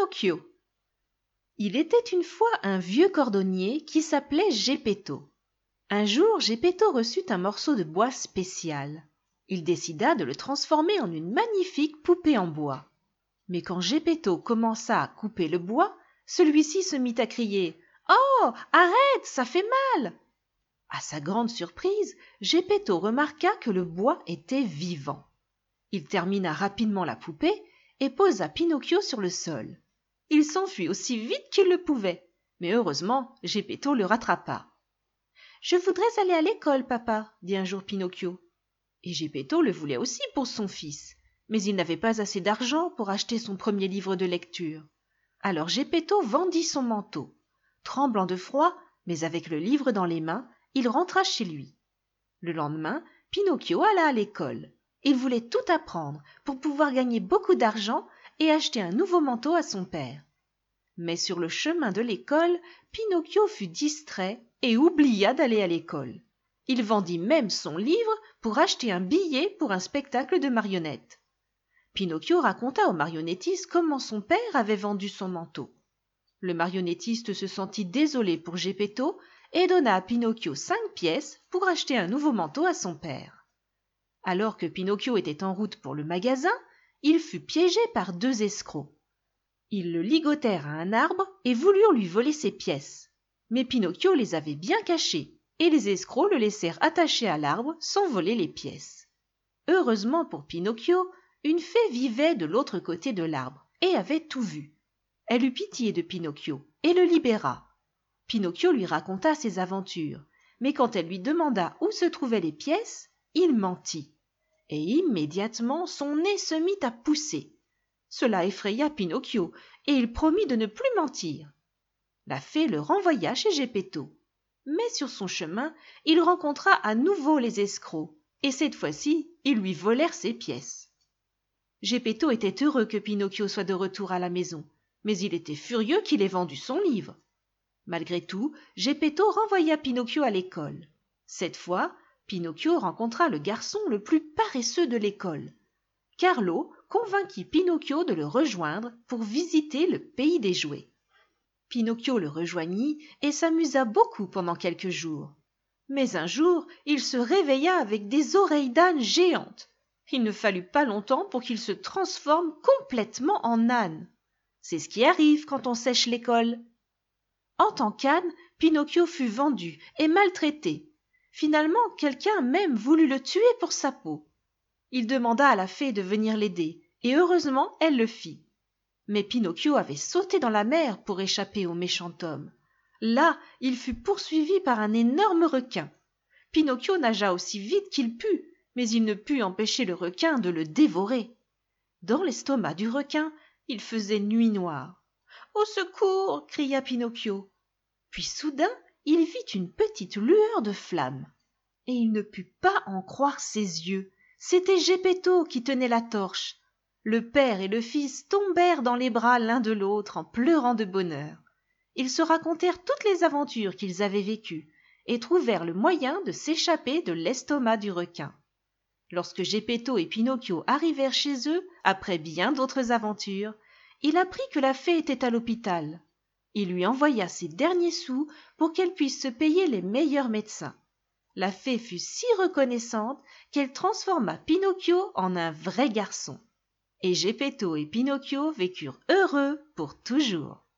Pinocchio. Il était une fois un vieux cordonnier qui s'appelait Geppetto. Un jour, Geppetto reçut un morceau de bois spécial. Il décida de le transformer en une magnifique poupée en bois. Mais quand Geppetto commença à couper le bois, celui-ci se mit à crier « Oh, arrête, ça fait mal !» À sa grande surprise, Geppetto remarqua que le bois était vivant. Il termina rapidement la poupée et posa Pinocchio sur le sol. Il s'enfuit aussi vite qu'il le pouvait, mais heureusement, Geppetto le rattrapa. « Je voudrais aller à l'école, papa, » dit un jour Pinocchio. Et Geppetto le voulait aussi pour son fils, mais il n'avait pas assez d'argent pour acheter son premier livre de lecture. Alors Geppetto vendit son manteau. Tremblant de froid, mais avec le livre dans les mains, il rentra chez lui. Le lendemain, Pinocchio alla à l'école. Il voulait tout apprendre pour pouvoir gagner beaucoup d'argent et acheter un nouveau manteau à son père. Mais sur le chemin de l'école, Pinocchio fut distrait et oublia d'aller à l'école. Il vendit même son livre pour acheter un billet pour un spectacle de marionnettes. Pinocchio raconta au marionnettiste comment son père avait vendu son manteau. Le marionnettiste se sentit désolé pour Geppetto et donna à Pinocchio 5 pièces pour acheter un nouveau manteau à son père. Alors que Pinocchio était en route pour le magasin, il fut piégé par 2 escrocs. Ils le ligotèrent à un arbre et voulurent lui voler ses pièces. Mais Pinocchio les avait bien cachées et les escrocs le laissèrent attaché à l'arbre sans voler les pièces. Heureusement pour Pinocchio, une fée vivait de l'autre côté de l'arbre et avait tout vu. Elle eut pitié de Pinocchio et le libéra. Pinocchio lui raconta ses aventures, mais quand elle lui demanda où se trouvaient les pièces, il mentit. Et immédiatement son nez se mit à pousser. Cela effraya Pinocchio et il promit de ne plus mentir. La fée le renvoya chez Geppetto. Mais sur son chemin, il rencontra à nouveau les escrocs, et cette fois-ci, ils lui volèrent ses pièces. Geppetto était heureux que Pinocchio soit de retour à la maison, mais il était furieux qu'il ait vendu son livre. Malgré tout, Geppetto renvoya Pinocchio à l'école. Cette fois, Pinocchio rencontra le garçon le plus paresseux de l'école. Carlo convainquit Pinocchio de le rejoindre pour visiter le pays des jouets. Pinocchio le rejoignit et s'amusa beaucoup pendant quelques jours. Mais un jour, il se réveilla avec des oreilles d'âne géantes. Il ne fallut pas longtemps pour qu'il se transforme complètement en âne. C'est ce qui arrive quand on sèche l'école. En tant qu'âne, Pinocchio fut vendu et maltraité. Finalement, quelqu'un même voulut le tuer pour sa peau. Il demanda à la fée de venir l'aider, et heureusement elle le fit. Mais Pinocchio avait sauté dans la mer pour échapper au méchant homme. Là, il fut poursuivi par un énorme requin. Pinocchio nagea aussi vite qu'il put, mais il ne put empêcher le requin de le dévorer. Dans l'estomac du requin, il faisait nuit noire. « Au secours !» cria Pinocchio. Puis soudain, il vit une petite lueur de flamme. Et il ne put pas en croire ses yeux. C'était Geppetto qui tenait la torche. Le père et le fils tombèrent dans les bras l'un de l'autre en pleurant de bonheur. Ils se racontèrent toutes les aventures qu'ils avaient vécues et trouvèrent le moyen de s'échapper de l'estomac du requin. Lorsque Geppetto et Pinocchio arrivèrent chez eux, après bien d'autres aventures, il apprit que la fée était à l'hôpital. Il lui envoya ses derniers sous pour qu'elle puisse se payer les meilleurs médecins. La fée fut si reconnaissante qu'elle transforma Pinocchio en un vrai garçon. Et Geppetto et Pinocchio vécurent heureux pour toujours.